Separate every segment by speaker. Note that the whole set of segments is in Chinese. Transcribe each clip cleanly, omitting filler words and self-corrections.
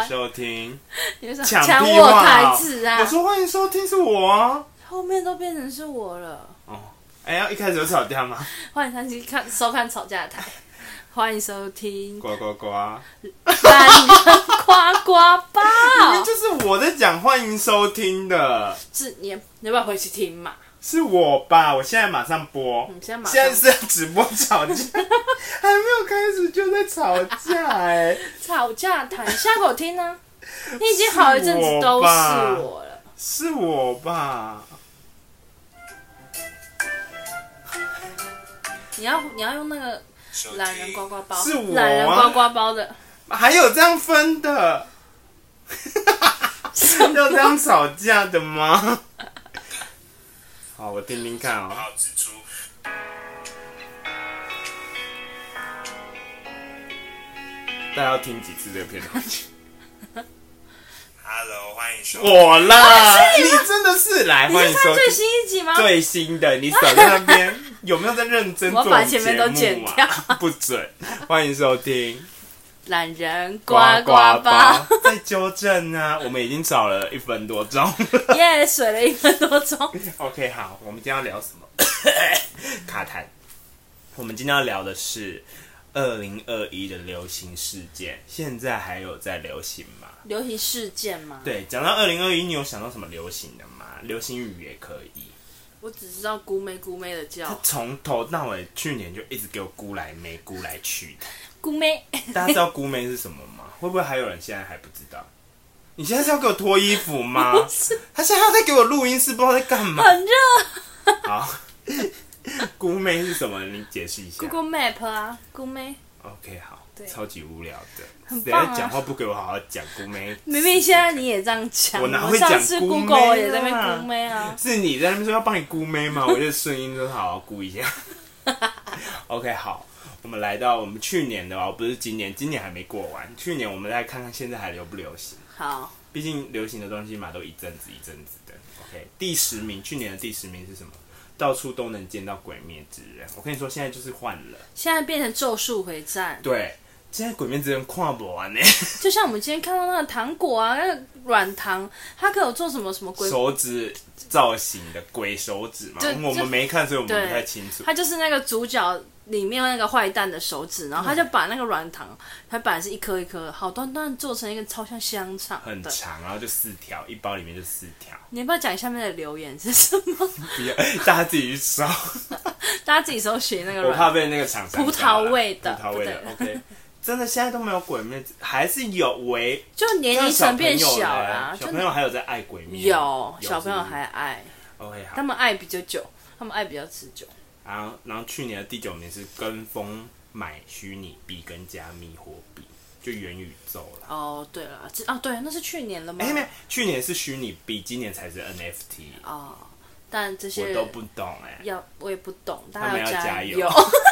Speaker 1: 收听。
Speaker 2: 你抢我台词啊！
Speaker 1: 我说欢迎收听是我啊，
Speaker 2: 后面都变成是我了。
Speaker 1: 哦，要一开始就吵架吗？
Speaker 2: 欢迎收看吵架台，欢迎收听
Speaker 1: 呱呱呱，
Speaker 2: 懒人呱呱包。
Speaker 1: 明明就是我在讲欢迎收听的。
Speaker 2: 是你要不要回去听嘛？
Speaker 1: 是我吧？我现在马上播。
Speaker 2: 现
Speaker 1: 在是在直播吵架，还没有开始就在吵架哎！
Speaker 2: 吵架台，下口听呢？你已经好一阵子都是我了。
Speaker 1: 是我吧？
Speaker 2: 你要用那个懒人呱呱包，
Speaker 1: 是我
Speaker 2: 懒人呱呱包的，
Speaker 1: 还有这样分的？要这样吵架的吗？好，我听听看哦。大家要听几次这个片段
Speaker 3: ？Hello， 欢迎收听。
Speaker 1: 我啦，你真的是来欢迎收听
Speaker 2: 最新一集吗？
Speaker 1: 最新的，你守在那边有没有在认真做节目啊？
Speaker 2: 我把前面都剪掉，
Speaker 1: 不准。欢迎收听
Speaker 2: 懒人呱呱包，
Speaker 1: 在纠正啊，我们已经找了1分多钟，
Speaker 2: 耶，水了1分多钟。
Speaker 1: OK， 好，我们今天要聊什么？卡痰。我们今天要聊的是2021的流行事件，现在还有在流行吗？
Speaker 2: 流行事件吗？
Speaker 1: 对，讲到2021，你有想到什么流行的吗？流行语也可以。
Speaker 2: 我只知道姑妹姑妹的叫，
Speaker 1: 他从头到尾去年就一直给我姑来妹姑来去的。
Speaker 2: 姑妹，
Speaker 1: 大家知道姑妹是什么吗？会不会还有人现在还不知道？你现在是要给我脱衣服吗？他现在要再给我录音室，不知道在干嘛。
Speaker 2: 很热。
Speaker 1: 好，姑妹是什么？你解释一下。
Speaker 2: Google Map 啊，姑妹。
Speaker 1: OK， 好，
Speaker 2: 对，
Speaker 1: 超级无聊的。
Speaker 2: 很棒啊！
Speaker 1: 谁在讲话不给我好好讲姑妹？
Speaker 2: 明明现在你也这样讲，
Speaker 1: 我哪会讲姑妹啊？
Speaker 2: 上次 Google 我也在那边姑妹啊。
Speaker 1: 是你在那边说要帮你姑妹吗？我就顺应就好好姑一下。OK， 好。我们来到我们去年的哦，不是今年，今年还没过完。去年我们来看看现在还流不流行。
Speaker 2: 好，
Speaker 1: 毕竟流行的东西嘛，都一阵子一阵子的。OK， 第10名，去年的第10名是什么？到处都能见到鬼灭之刃。我跟你说，现在就是换了，
Speaker 2: 现在变成咒术回战。
Speaker 1: 对，现在鬼灭之刃看不完呢。
Speaker 2: 就像我们今天看到那个糖果啊，那个软糖，它可以有做什么鬼
Speaker 1: 手指造型的鬼手指嘛？我们没看，所以我们不太清楚。
Speaker 2: 它就是那个主角里面那个坏蛋的手指，然后他就把那个软糖，它本来是一颗一颗，好端端做成一个超像香肠，
Speaker 1: 很长，然后就4条，一包里面就4条。
Speaker 2: 你要不要讲下面的留言是什么？
Speaker 1: 不要，大家自己去搜，
Speaker 2: 大家自己搜寻那个。
Speaker 1: 我怕被那个厂商
Speaker 2: 葡萄味的，
Speaker 1: 葡萄味的。OK， 真的现在都没有鬼灭，还是有
Speaker 2: 就年龄层变小啦。
Speaker 1: 小朋友还有在爱鬼灭，
Speaker 2: 有小朋友还爱。
Speaker 1: OK， 好，
Speaker 2: 他们爱比较久，他们爱比较持久。
Speaker 1: 然后去年的第9名是跟风买虚拟币跟加密货币，就元宇宙了。
Speaker 2: 哦，对了，对，那是去年了吗？
Speaker 1: 没有，去年是虚拟币，今年才是 NFT。
Speaker 2: 哦，但这些
Speaker 1: 我都不懂
Speaker 2: 我也不懂，大
Speaker 1: 家
Speaker 2: 要加
Speaker 1: 油。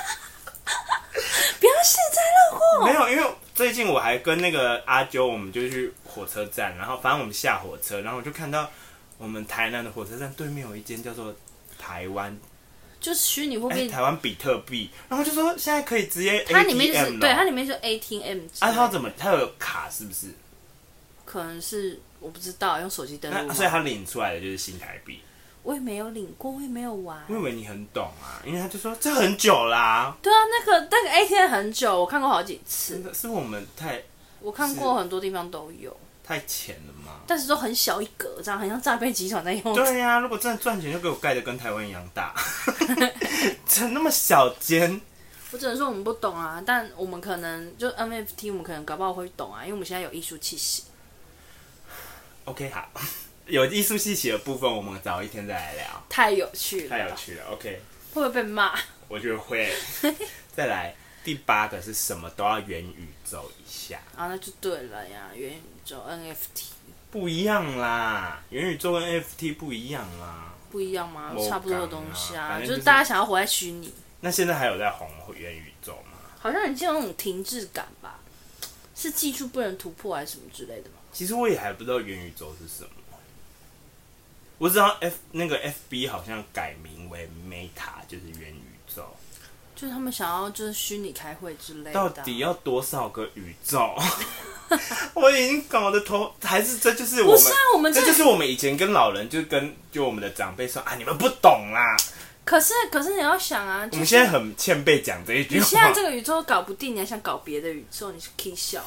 Speaker 2: 不要幸灾乐祸。
Speaker 1: 没有，因为最近我还跟那个阿啾，我们就去火车站，然后反正我们下火车，然后我就看到我们台南的火车站对面有一间叫做台湾。
Speaker 2: 就是虚拟货币，
Speaker 1: 台湾比特币，然后就说现在可以直接 ATM
Speaker 2: 它里面就是对，它里面是 ATM。
Speaker 1: 它怎么？它有卡是不是？
Speaker 2: 可能是我不知道，用手机登录。
Speaker 1: 所以它领出来的就是新台币。
Speaker 2: 我也没有领过，我也没有玩。
Speaker 1: 我以为你很懂啊，因为他就说这很久啦。
Speaker 2: 对啊，那个 ATM 很久，我看过好几次。
Speaker 1: 真的是我们
Speaker 2: 我看过很多地方都有。
Speaker 1: 太浅了吗？
Speaker 2: 但是都很小一格，这样很像诈骗集团在用。
Speaker 1: 对呀，如果真的赚钱，就给我盖的跟台湾一样大，怎那么小间？
Speaker 2: 我只能说我们不懂啊，但我们可能就 NFT， 我们可能搞不好会懂啊，因为我们现在有艺术气息。
Speaker 1: OK， 好，有艺术气息的部分，我们早一天再来聊。
Speaker 2: 太有趣了，
Speaker 1: 太有趣了。OK，
Speaker 2: 会不会被骂？
Speaker 1: 我觉得会。再来第8个是什么都要元宇宙一下
Speaker 2: 啊，那就对了呀，元宇宙 NFT
Speaker 1: 不一样啦，元宇宙跟 NFT 不一样啦。
Speaker 2: 不一样吗？差不多的东西啊，
Speaker 1: 就是
Speaker 2: 大家想要活在虚拟。
Speaker 1: 那现在还有在红元宇宙吗？
Speaker 2: 好像已经有那种停滞感吧？是技术不能突破还是什么之类的吗？
Speaker 1: 其实我也还不知道元宇宙是什么。我知道那个 FB 好像改名为 Meta， 就是元宇宙。
Speaker 2: 就是他们想要就是虚拟开会之类的。
Speaker 1: 到底要多少个宇宙？ 我已经搞得头，还是这就是我们，
Speaker 2: 不是啊，我们
Speaker 1: 这就是我们以前跟老人，就我们的长辈说啊，你们不懂啦。
Speaker 2: 可是你要想啊，就是、
Speaker 1: 我们现在很欠被讲这一句话。
Speaker 2: 你现在这个宇宙搞不定，你还想搞别的宇宙，你是可以笑。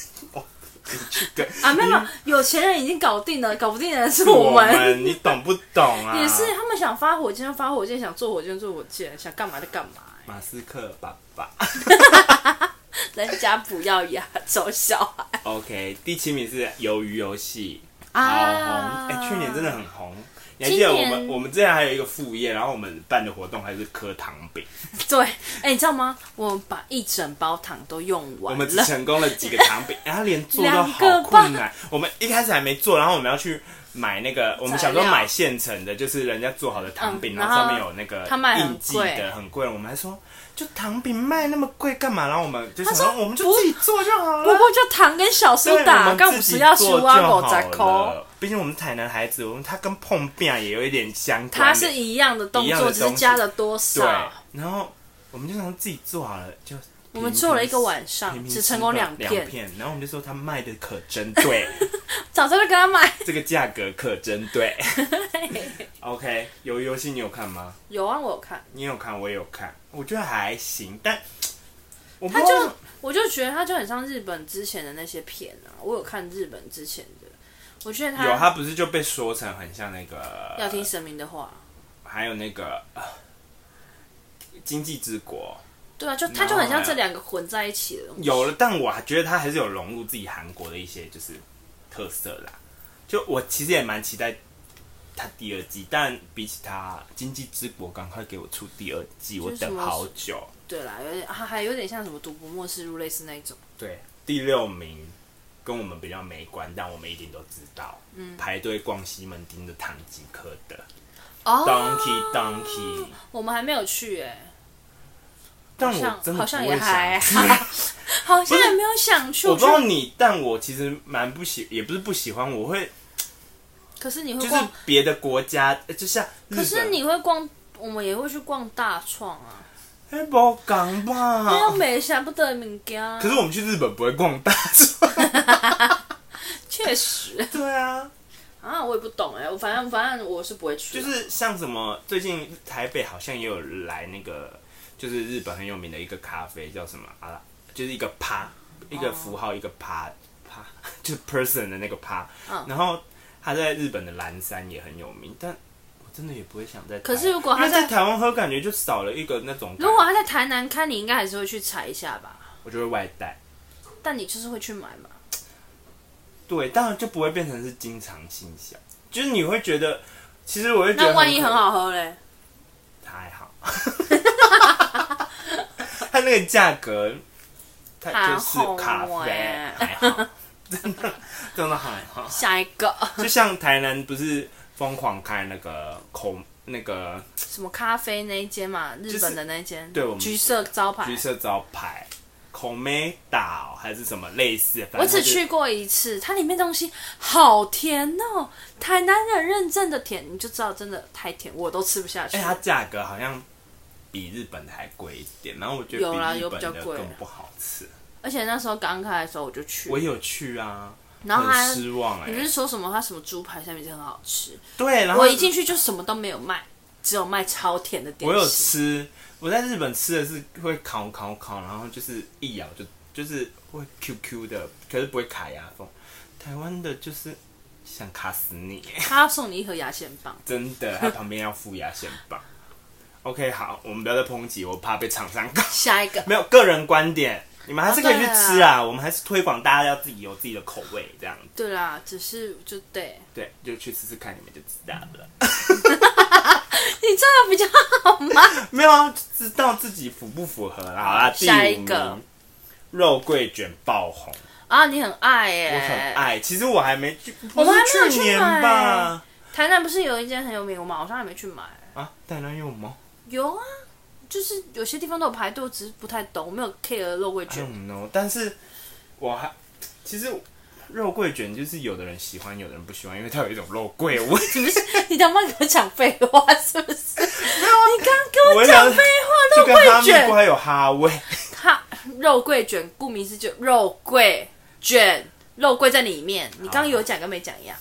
Speaker 2: 啊，没有，有钱人已经搞定了，搞不定的人是我们。
Speaker 1: 你懂不懂啊？
Speaker 2: 也是，他们想发火箭就发火箭，想做火箭做火箭，想干嘛就干嘛、
Speaker 1: 马斯克爸爸，
Speaker 2: 人家不要亚洲小孩。
Speaker 1: OK， 第7名是鱿鱼游戏，
Speaker 2: 啊，
Speaker 1: 好红，去年真的很红。你还记得我们之前还有一个副业，然后我们办的活动还是磕糖饼。
Speaker 2: 对，你知道吗？我们把一整包糖都用完了，
Speaker 1: 我们只成功了几个糖饼，然后连做都好困难。我们一开始还没做，然后我们要去买那个，我们想说买现成的，就是人家做好的糖饼，然后上面有那个印记的，很贵。我们还说，就糖饼卖那么贵干嘛？然后我们就说，我们就自己做就好了。
Speaker 2: 不过就糖跟小苏打，刚不是要15啊50块。
Speaker 1: 毕竟我们台南孩子，他跟碰饼也有一点相关。
Speaker 2: 它是一样的动作，只是加了多少。
Speaker 1: 对，然后我们就想自己做好了，就
Speaker 2: 我们做了一个晚上，只成功2
Speaker 1: 片。然后我们就说他卖的可真对，
Speaker 2: 早知道就跟他买，这
Speaker 1: 个价格可真对。OK， 鱿鱼游戏你有看吗？
Speaker 2: 有啊，我有看。
Speaker 1: 你有看，我也有看，我觉得还行，但
Speaker 2: 我就觉得它就很像日本之前的那些片啊，我有看日本之前的。我觉得
Speaker 1: 他不是就被说成很像那个
Speaker 2: 要听神明的话，
Speaker 1: 还有那个经济之国，
Speaker 2: 对啊，它就很像这两个混在一起的东西。
Speaker 1: 有了，但我觉得它还是有融入自己韩国的一些就是特色啦。就我其实也蛮期待它第2季，但比起它经济之国赶快给我出第2季，我等好久。
Speaker 2: 对啦，还有点像什么赌博默示录类似那一种。
Speaker 1: 对，第6名。跟我们比较没关，但我们一定都知道，排队逛西门町的唐吉诃德，Donkey，
Speaker 2: 我们还没有去
Speaker 1: 但我真的
Speaker 2: 好像也还好像也没有想去。
Speaker 1: 我不知道你，但我其实蛮也不是不喜欢，我会，
Speaker 2: 可是你会逛
Speaker 1: 就是别的国家，就像日本，
Speaker 2: 可是你会逛，我们也会去逛大创啊。
Speaker 1: 那不讲吧，
Speaker 2: 没有美想不得的物件。
Speaker 1: 可是我们去日本不会逛大创，
Speaker 2: 确实。
Speaker 1: 对啊，
Speaker 2: 我也不懂反正我是不会去。
Speaker 1: 就是像什么，最近台北好像也有来那个，就是日本很有名的一个咖啡叫什么啊？就是一个趴，一个符号，一个趴，就是 person 的那个趴。然后他在日本的岚山也很有名，但。真的也不会想在台，
Speaker 2: 可是如果他
Speaker 1: 在台湾喝，感觉就少了一个那种。
Speaker 2: 如果他在台南开，你应该还是会去踩一下吧？
Speaker 1: 我就会外带，但
Speaker 2: 你就是会去买嘛？
Speaker 1: 对，当然就不会变成是经常性销，就是你会觉得，其实我会觉得，
Speaker 2: 那万一很好喝嘞？
Speaker 1: 它还好，它那个价格，它就是咖啡还好，真的还好。
Speaker 2: 下一个，
Speaker 1: 就像台南不是。疯狂开那个
Speaker 2: 什么咖啡那一间嘛，日本的那一间，
Speaker 1: 对，我们
Speaker 2: 橘色招
Speaker 1: 牌，口美岛还是什么类似。
Speaker 2: 我只去过一次，它里面东西好甜哦，台南人认证的甜，你就知道真的太甜，我都吃不下去。
Speaker 1: 它价格好像比日本的还贵一点，然后我觉得比日本的更不好吃。
Speaker 2: 而且那时候刚开的时候我就去，
Speaker 1: 我有去啊。
Speaker 2: 然后
Speaker 1: 很失望
Speaker 2: 你不是说什么它什么猪排下面就很好吃？
Speaker 1: 对，然后
Speaker 2: 我一进去就什么都没有卖，只有卖超甜的点心。
Speaker 1: 我有吃，我在日本吃的是会烤，然后就是一咬就是会 QQ 的，可是不会卡牙缝。台湾的就是想卡死你。
Speaker 2: 他要送你一盒牙线棒，
Speaker 1: 真的，他旁边要附牙线棒。OK， 好，我们不要再抨击，我怕被厂商告。
Speaker 2: 下一个
Speaker 1: 没有个人观点。你们还是可以去吃啊，我们还是推广大家要自己有自己的口味这样子。
Speaker 2: 对啦，只是就对，
Speaker 1: 就去试试看，你们就知道了。
Speaker 2: 你这样比较好吗？
Speaker 1: 没有啊，知道自己符不符合啦。好啦，
Speaker 2: 下一个
Speaker 1: 肉桂卷爆红
Speaker 2: 啊，你很爱耶，
Speaker 1: 我很爱。其实我还没去，
Speaker 2: 我们还没有
Speaker 1: 去年吧。
Speaker 2: 台南不是有一间很有名，我们好像还没去买
Speaker 1: 啊。台南有吗？
Speaker 2: 有啊。就是有些地方都有排队，我只是不太懂，我没有 care 肉桂卷。
Speaker 1: 但是其实肉桂卷就是有的人喜欢，有的人不喜欢，因为它有一种肉桂味。
Speaker 2: 你他妈给我讲废话是不是？没有啊，你刚刚跟我讲废话，肉桂卷
Speaker 1: 就跟哈密瓜有哈味。
Speaker 2: 肉桂卷顾名思义就肉桂， 卷肉桂在里面。你刚刚有讲跟没讲一样。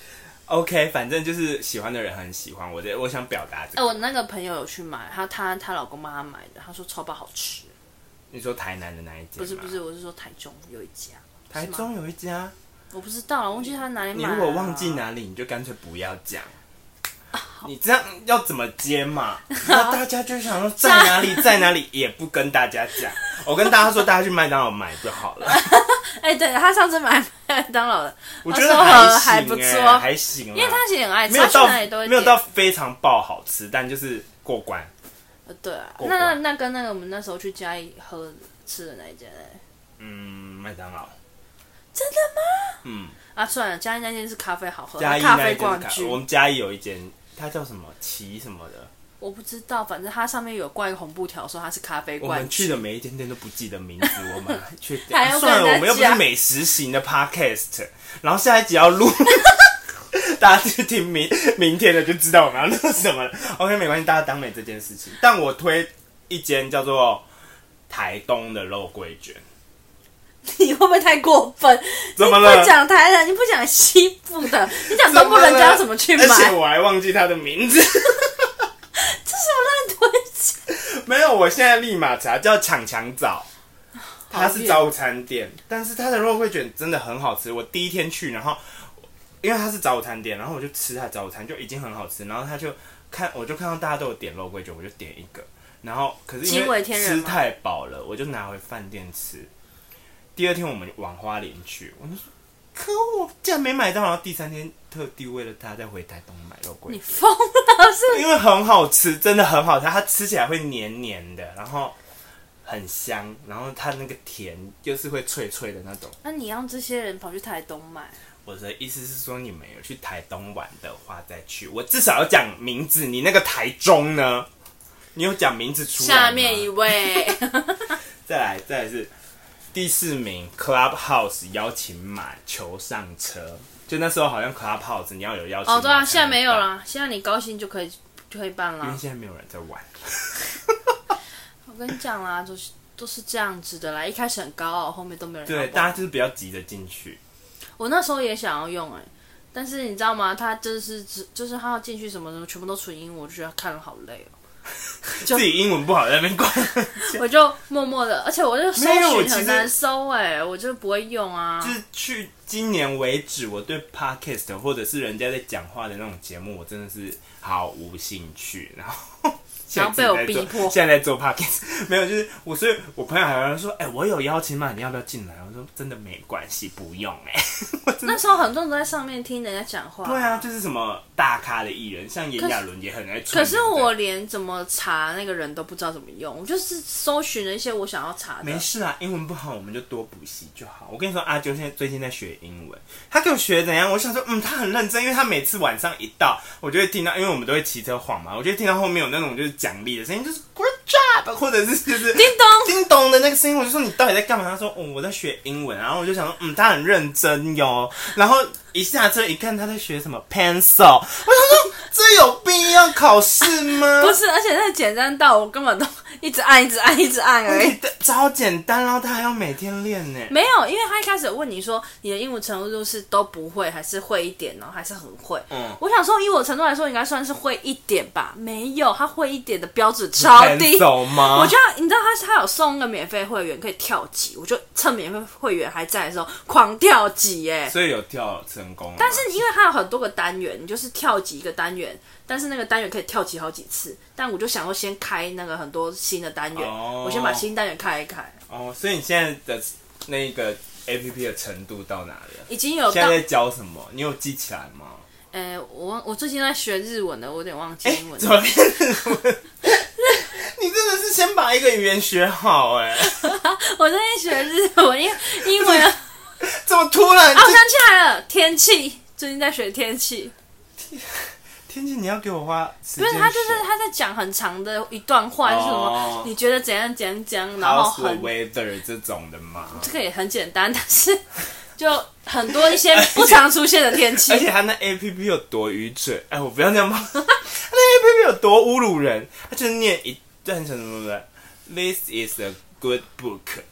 Speaker 1: OK， 反正就是喜欢的人很喜欢我想表达这个。
Speaker 2: 我那个朋友有去买，她老公帮她买的，她说超爆好吃。
Speaker 1: 你说台南的那一家？
Speaker 2: 不是，我是说台中有一家。
Speaker 1: 台中有一家？
Speaker 2: 我不知道，我忘记他哪里买。
Speaker 1: 你如果忘记哪里，你就干脆不要讲。你这样要怎么接嘛？那大家就想说在哪里，在哪里也不跟大家讲。我跟大家说，大家去麦当劳买就好了。
Speaker 2: 对，他上次买麦当劳的，
Speaker 1: 我觉得
Speaker 2: 还不错，
Speaker 1: 还行。
Speaker 2: 因为他其实很爱吃，
Speaker 1: 没有到非常爆好吃，但就是过关。
Speaker 2: 对啊，那跟我们那时候去嘉义吃的那一间
Speaker 1: 麦当劳。
Speaker 2: 真的吗？算了，嘉义那间是咖啡好喝，咖啡冠军。
Speaker 1: 我们嘉义有一间，它叫什么旗什么的，
Speaker 2: 我不知道，反正它上面有挂一个红布条，说它是咖啡冠军。
Speaker 1: 我们去的每一间店都不记得名字，我们去算了，我们又不是美食型的 podcast， 然后下一集要录，大家去听明天的就知道我们要录什么了。OK， 没关系，大家当没这件事情。但我推一间叫做台东的肉桂卷。
Speaker 2: 你会不会太过分？
Speaker 1: 怎么了？
Speaker 2: 你不讲台南，你不讲西部的，你讲东部人家要怎么去买？
Speaker 1: 而且我还忘记他的名字。
Speaker 2: 这什么烂推荐？
Speaker 1: 没有，我现在立马查，叫抢抢枣，它是早午餐店，但是它的肉桂卷真的很好吃。我第一天去，然后因为它是早午餐店，然后我就吃它早午餐就已经很好吃，然后我就看到大家都有点肉桂卷，我就点一个，然后可是因为吃太饱了，我就拿回饭店吃。第二天我们往花莲去，我就说，可我竟然没买到，然后第三天特地为了他再回台东买肉桂。
Speaker 2: 你疯了是不是？
Speaker 1: 因为很好吃，真的很好吃，它吃起来会黏黏的，然后很香，然后它那个甜就是会脆脆的那种。
Speaker 2: 那你让这些人跑去台东买？
Speaker 1: 我的意思是说，你们有去台东玩的话再去，我至少要讲名字。你那个台中呢？你有讲名字出来吗？
Speaker 2: 下面一位，
Speaker 1: 再来是。第4名 Clubhouse 邀请码求上车，就那时候好像 Clubhouse 你要有邀请码。
Speaker 2: 对啊，现在没有了，现在你高兴就可以办了。
Speaker 1: 因为现在没有人在玩。
Speaker 2: 我跟你讲啦，都是这样子的啦，一开始很高傲，后面都没有人要玩。
Speaker 1: 对，大家就是比较急着进去。
Speaker 2: 我那时候也想要用但是你知道吗？他就是他要进去什么全部都纯英文，我就觉得看了好累哦。
Speaker 1: 自己英文不好在那边管，
Speaker 2: 我就默默的，而且我就搜寻很难搜我就不会用啊。
Speaker 1: 就是去今年为止，我对 podcast 或者是人家在讲话的那种节目，我真的是毫无兴趣。然后
Speaker 2: 被我逼迫，
Speaker 1: 现在在做 podcast 没有，就是所以我朋友还有人说，我有邀请码，你要不要进来？我说真的没关系，不用
Speaker 2: 那时候很多人都在上面听人家讲话。
Speaker 1: 对啊，就是什么大咖的艺人，像炎亚纶也很爱出。
Speaker 2: 可是我连怎么查那个人都不知道怎么用，我就是搜寻了一些我想要查的。
Speaker 1: 没事啊，英文不好我们就多补习就好。我跟你说，阿啾最近在学英文，他给我学怎样？我想说，他很认真，因为他每次晚上一到，我就会听到，因为我们都会骑车晃嘛，我就会听到后面有那种就是奖励的声音，就是 Good job， 或者是就是
Speaker 2: 叮咚
Speaker 1: 叮咚的那个声音，我就说你到底在干嘛？他说我在学英文，然后我就想说他很认真哟，然后一下车一看他在学什么 pencil， 我想说这有必要考试吗？
Speaker 2: 不是，而且那简单到我根本都一直按而已，
Speaker 1: 超简单，然后他还要每天练呢。
Speaker 2: 没有，因为他一开始问你说你的英文程度是都不会，还是会一点，然后还是很会。我想说以我程度来说，应该算是会一点吧。没有，他会一点的标准超低。
Speaker 1: 吗？
Speaker 2: 我就你知道他有送个免费会员可以跳级，我就趁免费会员还在的时候狂跳级
Speaker 1: 所以有跳成功。
Speaker 2: 但是因为它有很多个单元，你就是跳级一个单元，但是那个单元可以跳级好几次。但我就想说先开那个很多新的单元，我先把新单元开一开。
Speaker 1: 所以你现在的那个 APP 的程度到哪里了？
Speaker 2: 已经有到。
Speaker 1: 现在在教什么？你有记起来吗？
Speaker 2: 我最近在学日文的，我有点忘记英文。
Speaker 1: 怎么变日文？你真的是先把一个语言学好
Speaker 2: 我在学日文，因为英文
Speaker 1: 怎么突然？
Speaker 2: 我想起来了，天气，最近在学天气。
Speaker 1: 天气你要给我花时间学。
Speaker 2: 不是，他在讲很长的一段话，就是什么你觉得怎样，然后很
Speaker 1: weather 这种的嘛。
Speaker 2: 这个也很简单，但是就很多一些不常出现的天气。
Speaker 1: 而且他那 APP 有多愚蠢，我不要这样骂。他那 APP 有多侮辱人，他就是念一段什么的 ，This is a good book。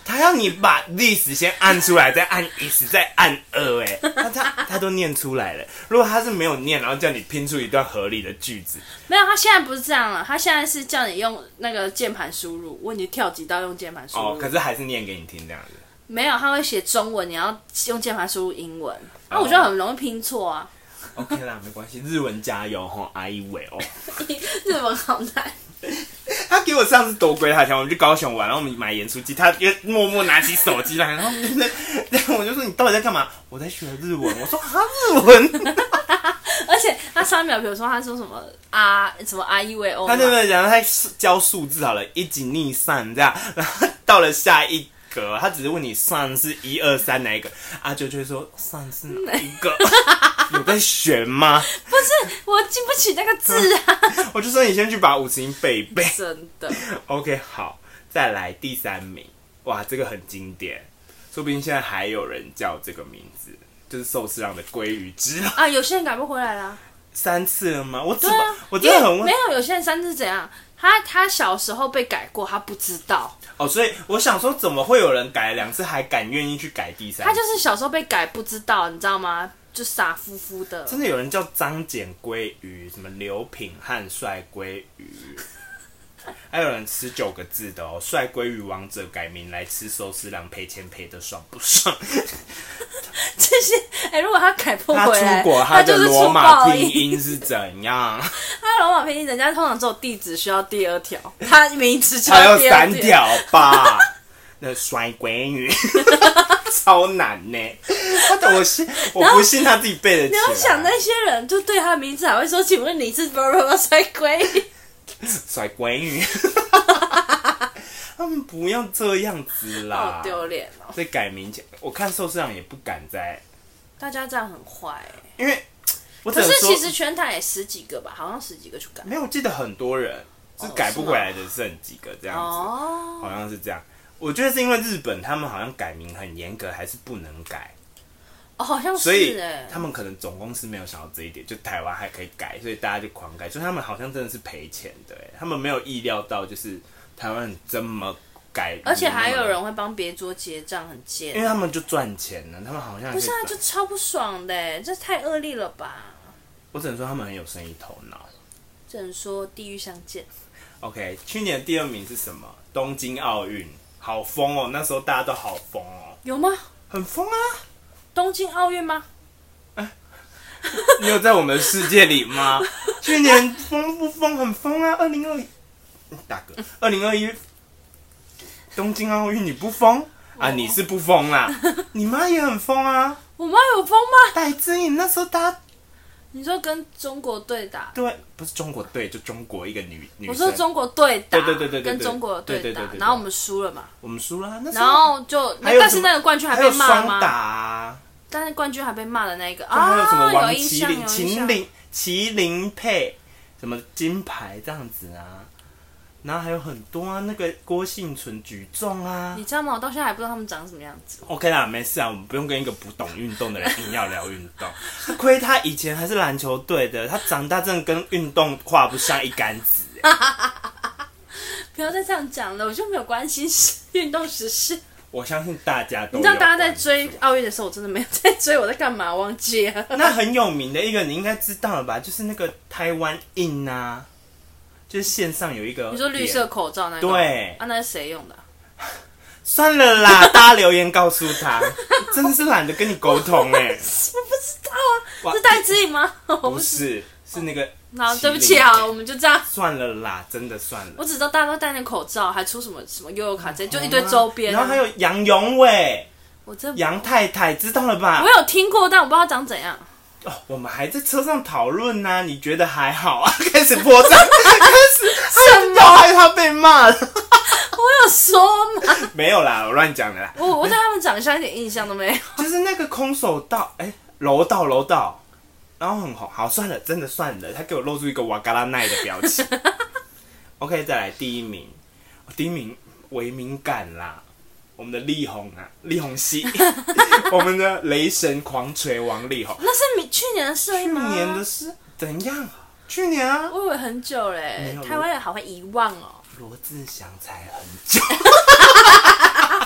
Speaker 1: 他要你把 this 先按出来，再按 is， 再按哎，他都念出来了。如果他是没有念，然后叫你拼出一段合理的句子，
Speaker 2: 没有，他现在不是这样了，他现在是叫你用那个键盘输入，问你跳几道用键盘输入。
Speaker 1: 可是还是念给你听这样子。
Speaker 2: 没有，他会写中文，你要用键盘输入英文。我觉得很容易拼错啊。
Speaker 1: OK 啦，没关系，日文加油吼，阿姨喂哦。
Speaker 2: 日文好难。
Speaker 1: 他给我上次多归他钱，我们去高雄玩，然后我们买盐酥鸡，他又默默拿起手机来，然后我就说你到底在干嘛？我在学日文。我说日文。
Speaker 2: 而且他上面比如说他说什么什么阿伊维欧，
Speaker 1: 他对不对？讲他教数字好了，一级逆散这样，然后到了下一格，他只是问你算是1、2、3哪一个，阿啾就会说算是哪一个？有在选吗？
Speaker 2: 不是，我记不起那个字啊。
Speaker 1: 我就说你先去把50音背一背。
Speaker 2: 真的。
Speaker 1: OK， 好，再来第3名，哇，这个很经典，说不定现在还有人叫这个名字，就是寿司郎的鲑鱼之
Speaker 2: 啊，有些人改不回来啦。
Speaker 1: 3次了吗？我真
Speaker 2: 的
Speaker 1: 很
Speaker 2: 没有些人3次怎样？他小时候被改过，他不知道。
Speaker 1: 所以我想说，怎么会有人改了2次还敢愿意去改第3次？
Speaker 2: 他就是小时候被改，不知道，你知道吗？就傻乎乎的。
Speaker 1: 真的有人叫张简鲑鱼，什么刘品汉帅鲑鱼，还有人吃9个字的哦，帅鲑鱼王者改名来吃寿司郎，赔钱赔的爽不爽？
Speaker 2: 这些如果他改不回来，
Speaker 1: 他出国他的罗马拼音是怎样？
Speaker 2: 他罗马拼音人家通常只有地址需要第2条，他名字就
Speaker 1: 还有
Speaker 2: 要第2条。
Speaker 1: 3条吧？那帅鲑鱼超难呢，我不信他自己背得起来。
Speaker 2: 你要想那些人就对他的名字还会说，请问你是帅鲑鱼？
Speaker 1: 帅鲑鱼。他们不要这样子啦，
Speaker 2: 好丢脸哦！
Speaker 1: 所以改名前，我看寿司郎也不敢再。
Speaker 2: 大家这样很坏
Speaker 1: 因为我
Speaker 2: 可是其实全台也10几个吧，好像10几个去改。
Speaker 1: 没有，我记得很多人是改不回来的，剩几个这样子，好像是这样。我觉得是因为日本他们好像改名很严格，还是不能改。
Speaker 2: 好像是
Speaker 1: 所以他们可能总公司没有想到这一点，就台湾还可以改，所以大家就狂改，所以他们好像真的是赔钱的，他们没有意料到就是台湾这么改，
Speaker 2: 而且还有人会帮别桌结账，很贱，
Speaker 1: 因为他们就赚钱了，他们好像
Speaker 2: 不是就超不爽的，这太恶劣了吧？
Speaker 1: 我只能说他们很有生意头脑，
Speaker 2: 只能说地狱相见。
Speaker 1: OK， 去年第2名是什么？东京奥运，好疯哦！那时候大家都好疯哦，
Speaker 2: 有吗？
Speaker 1: 很疯啊！
Speaker 2: 东京奥运吗？
Speaker 1: 你有在我们的世界里吗？去年疯不疯？很疯啊！2021，大哥，2021东京奥运你不疯啊？你是不疯啦，你妈也很疯啊！
Speaker 2: 我妈有疯吗？
Speaker 1: 戴资颖那时候大家，
Speaker 2: 你说跟中国队打？
Speaker 1: 对，不是中国队，就中国一个女生。
Speaker 2: 我说中国队打，
Speaker 1: 对，
Speaker 2: 跟中国队打，然后我们输了嘛？
Speaker 1: 我们输了，那
Speaker 2: 然后就，但是那个冠军还被骂吗？
Speaker 1: 双打
Speaker 2: 但是冠军还被骂的那个
Speaker 1: 还有什么王麒麟配什么金牌这样子啊，然后还有很多啊，那个郭婞淳举重啊，
Speaker 2: 你知道吗？我到现在还不知道他们长什么样子。
Speaker 1: OK 啦，没事啊，我们不用跟一个不懂运动的人硬要聊运动。亏他以前还是篮球队的，他长大真的跟运动画不上一竿子。
Speaker 2: 不要再这样讲了，我就没有关心运动时事。
Speaker 1: 我相信大家都有。
Speaker 2: 你知道大家在追奥运的时候，我真的没有在追，我在干嘛？忘记了。
Speaker 1: 那很有名的一个，你应该知道了吧？就是那个台湾印啊，就是线上有一个。
Speaker 2: 你说绿色口罩那个？
Speaker 1: 对。
Speaker 2: 啊，那是谁用的？
Speaker 1: 算了啦，大家留言告诉他，真的是懒得跟你沟通哎。
Speaker 2: 我不知道啊，是戴资颖吗？
Speaker 1: 不是，是那个。
Speaker 2: 好，对不起啊，我们就这样。
Speaker 1: 算了啦，真的算了。
Speaker 2: 我只知道大家都戴那口罩，还出什么悠游卡，就一堆周边。
Speaker 1: 然后还有杨永伟，杨太太，知道了吧？
Speaker 2: 我有听过，但我不知道长怎样。
Speaker 1: 哦，我们还在车上讨论呢，你觉得还好啊？开始破绽，开始要害他被骂了。
Speaker 2: 我有说吗？
Speaker 1: 没有啦，我乱讲的啦。
Speaker 2: 我对他们长相一点印象都没有。
Speaker 1: 就是那个空手道，柔道。然后很红，好算了，真的算了。他给我露出一个瓦嘎拉奈的表情。OK， 再来第1名，第1名为敏感啦，我们的力宏啊，力宏系，我们的雷神狂锤王力宏。
Speaker 2: 那是去年的事吗？
Speaker 1: 去年的事怎样？去年啊，
Speaker 2: 我以为很久嘞。台湾人好会遗忘哦。
Speaker 1: 罗志祥才很久。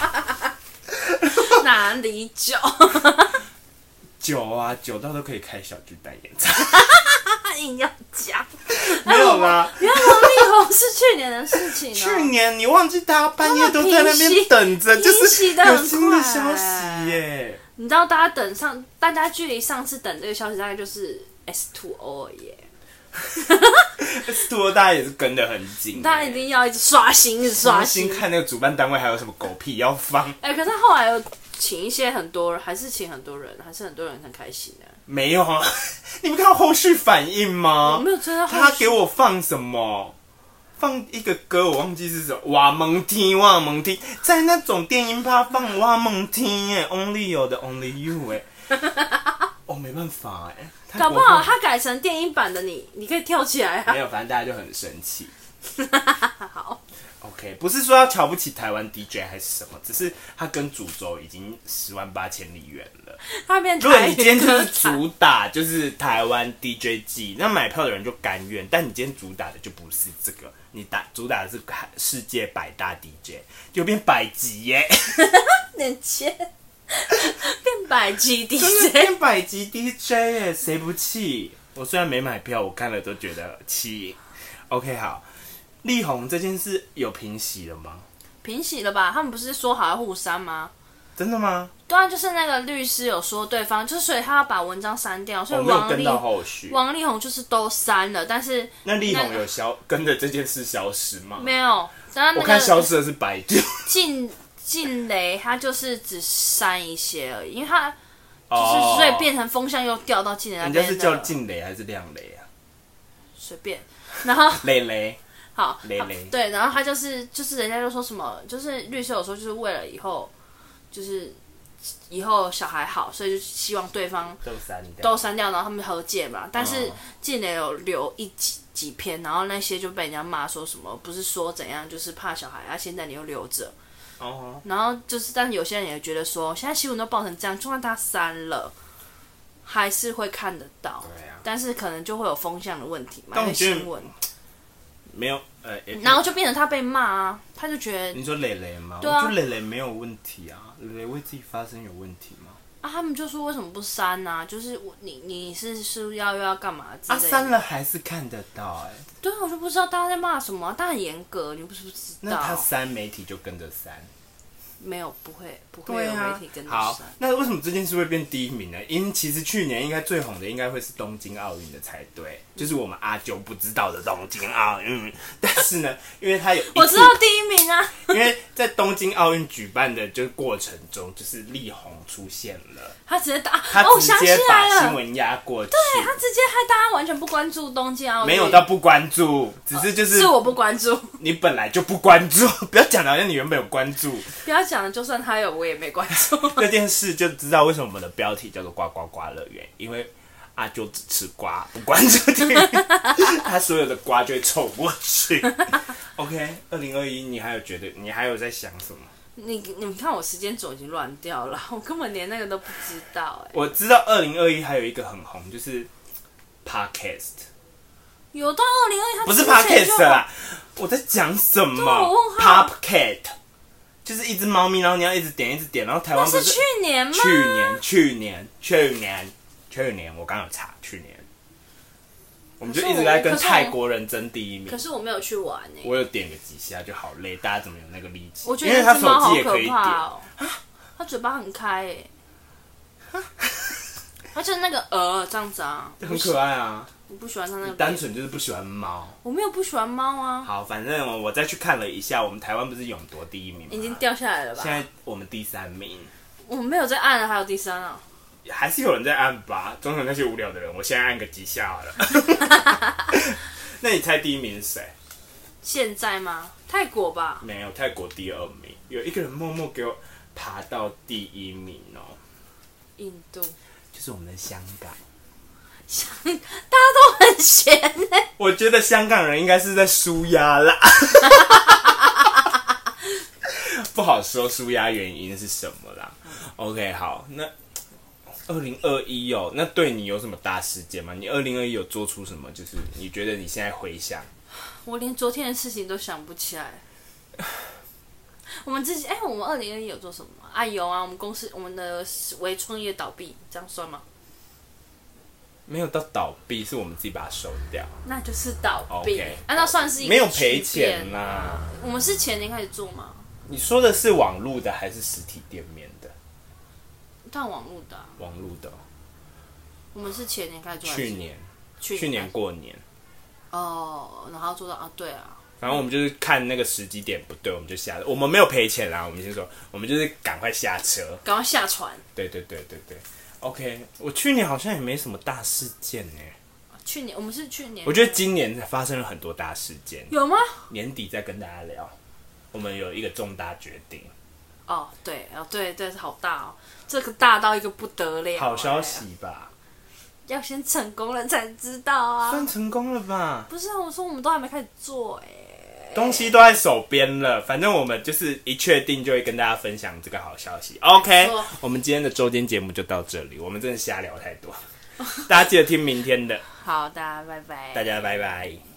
Speaker 2: 哪里久？
Speaker 1: 久啊，久到都可以开小巨蛋演唱。
Speaker 2: 硬要讲，
Speaker 1: 没有啦。
Speaker 2: 原来王力宏是去年的事情
Speaker 1: 去年你忘记他半夜都在那边等着，就是有新的消息耶。
Speaker 2: 你知道大家距离上次等这个消息大概就是 S2O 耶。
Speaker 1: S2O 大家也是跟得很紧，
Speaker 2: 大家一定要一直刷新，
Speaker 1: 看那个主办单位还有什么狗屁要放。
Speaker 2: 可是后来有请一些很多人，还是请很多人，还是很多人很开心的。没
Speaker 1: 有啊，你们看到后续反应吗？
Speaker 2: 我没有知道。
Speaker 1: 他给我放什么？放一个歌，我忘记是什么。哇蒙天，哇蒙天，在那种电音趴放哇蒙天耶 ，Only 有的 Only You 哎。哦，没办法哎。
Speaker 2: 搞不好他改成电音版的你可以跳起来啊。
Speaker 1: 没有，反正大家就很生气。
Speaker 2: 好。
Speaker 1: OK， 不是说要瞧不起台湾 DJ 还是什么，只是他跟主轴已经10万8千里远了。
Speaker 2: 他变
Speaker 1: 如果你今天就是主打就是台湾 DJ 季，那买票的人就甘愿。但你今天主打的就不是这个，你主打的是世界100大 DJ， 就变100级耶。
Speaker 2: 年前变100级 DJ，
Speaker 1: 真的变100级 DJ 耶，谁不气？我虽然没买票，我看了都觉得气。OK， 好。力宏这件事有平息了吗？
Speaker 2: 平息了吧？他们不是说好要互删吗？
Speaker 1: 真的吗？
Speaker 2: 对啊，就是那个律师有说对方，就是所以他要把文章删掉，所以王力宏就是都删了，但是
Speaker 1: 那力宏有跟着这件事消失吗？
Speaker 2: 没有，
Speaker 1: 我看消失的是白酒。
Speaker 2: 静蕾他就是只删一些而已，因为他就是所以变成风向又掉到静蕾那边。
Speaker 1: 人家是叫静蕾还是亮蕾啊？
Speaker 2: 随便，然后
Speaker 1: 蕾。
Speaker 2: 好，对，然后他就是人家就说什么，就是律师有说就是为了以后小孩好，所以就希望对方都删掉，然后他们和解嘛。但是静蕾有留几篇，然后那些就被人家骂说什么不是说怎样，就是怕小孩啊，现在你又留着。然后就是，但是有些人也觉得说，现在新闻都报成这样，就算他删了，还是会看得到。对啊。但是可能就会有风向的问题嘛，因为新闻。
Speaker 1: 没有
Speaker 2: 然后就变成他被骂啊，他就觉得
Speaker 1: 你说蕾蕾吗？
Speaker 2: 对啊，
Speaker 1: 我觉得蕾蕾没有问题啊，蕾蕾为自己发声有问题吗？
Speaker 2: 啊，他们就说为什么不删啊？就是你是要干嘛之类的？
Speaker 1: 删了还是看得到
Speaker 2: 对啊，我就不知道大家在骂什么，他很严格，你不是不知道？
Speaker 1: 那他删媒体就跟着删。
Speaker 2: 没有，不会有媒体跟着删。
Speaker 1: 好，那为什么这件事会变第一名呢？因为其实去年应该最红的应该会是东京奥运的才对，就是我们阿九不知道的东京奥运。但是呢，因为他有
Speaker 2: 我知道第一名啊，
Speaker 1: 因为在东京奥运举办的就是过程中，就是力宏出现了，
Speaker 2: 他直接
Speaker 1: 直接把新闻压过去，
Speaker 2: 对他直接害大家完全不关注东京奥运，
Speaker 1: 没有到不关注，只是就是
Speaker 2: 我不关注，
Speaker 1: 你本来就不关注，不要讲的好像你原本有关注，
Speaker 2: 不要讲的就算他有我也没关注。
Speaker 1: 这件事就知道为什么我们的标题叫做呱呱呱乐园，因为阿啾只吃瓜不关注他所有的瓜就会凑过去。OK， 2021你还有觉得你还有在想什么？
Speaker 2: 你们看我时间轴已经乱掉了，我根本连那个都不知道
Speaker 1: 我知道2021还有一个很红，就是 Podcast。
Speaker 2: 有到2021，
Speaker 1: 不是 Podcast 啦，我在讲什么 ？Popcat， 就是一只猫咪，然后你要一直点，然后台湾不
Speaker 2: 是去年吗？
Speaker 1: 去年，我刚有查，去年。我们就一直在跟泰国人争第一名。
Speaker 2: 可是我没有去玩
Speaker 1: 我有点个几下就好累，大家怎么有那个力气？
Speaker 2: 我觉得那只猫好可怕哦，它嘴巴很开它就是那个这样子啊，
Speaker 1: 很可爱啊。
Speaker 2: 我不喜欢它那个。
Speaker 1: 单纯就是不喜欢猫。
Speaker 2: 我没有不喜欢猫啊。
Speaker 1: 好，反正我再去看了一下，我们台湾不是勇夺第一名吗？
Speaker 2: 已经掉下来了吧？
Speaker 1: 现在我们第3名。
Speaker 2: 我们没有在按了，还有第3啊。
Speaker 1: 还是有人在按吧，总有那些无聊的人。我现在按个几下好了。那你猜第一名是谁？
Speaker 2: 现在吗？泰国吧？
Speaker 1: 没有，泰国第2名。有一个人默默给我爬到第1名哦。
Speaker 2: 印度。
Speaker 1: 就是我们的香港。
Speaker 2: 大家都很闲
Speaker 1: 我觉得香港人应该是在抒压啦。不好说抒压原因是什么啦。OK， 好，那2021哦，那对你有什么大事件吗？你2021有做出什么？就是你觉得你现在回想，
Speaker 2: 我连昨天的事情都想不起来。 我们自己我们2021有做什么啊？有啊，我们公司我们的微创业倒闭，这样算吗？
Speaker 1: 没有到倒闭，是我们自己把它收掉。
Speaker 2: 那就是倒闭，
Speaker 1: OK
Speaker 2: 那算是一个
Speaker 1: 没有赔钱啦。
Speaker 2: 我们是前年开始做吗？
Speaker 1: 你说的是网路的还是实体店面的？
Speaker 2: 但网路的、
Speaker 1: 网路的、
Speaker 2: 我们是前年开始做，
Speaker 1: 去年过年。
Speaker 2: 然后做到对啊。
Speaker 1: 反正我们就是看那个时机点不对，我们就下。我们没有赔钱啦，我们先说，我们就是赶快下车，
Speaker 2: 赶快下船。
Speaker 1: 对。OK， 我去年好像也没什么大事件呢。
Speaker 2: 去年我们是去年，
Speaker 1: 我觉得今年发生了很多大事件。
Speaker 2: 有吗？
Speaker 1: 年底再跟大家聊。我们有一个重大决定。
Speaker 2: 对，好大哦，这个大到一个不得了。
Speaker 1: 好消息吧？
Speaker 2: 要先成功了才知道啊。
Speaker 1: 算成功了吧？
Speaker 2: 不是啊，我说我们都还没开始做
Speaker 1: 东西都在手边了，反正我们就是一确定就会跟大家分享这个好消息。OK， 我们今天的周间节目就到这里，我们真的瞎聊太多，大家记得听明天的。
Speaker 2: 好，大家拜拜。
Speaker 1: 大家拜拜。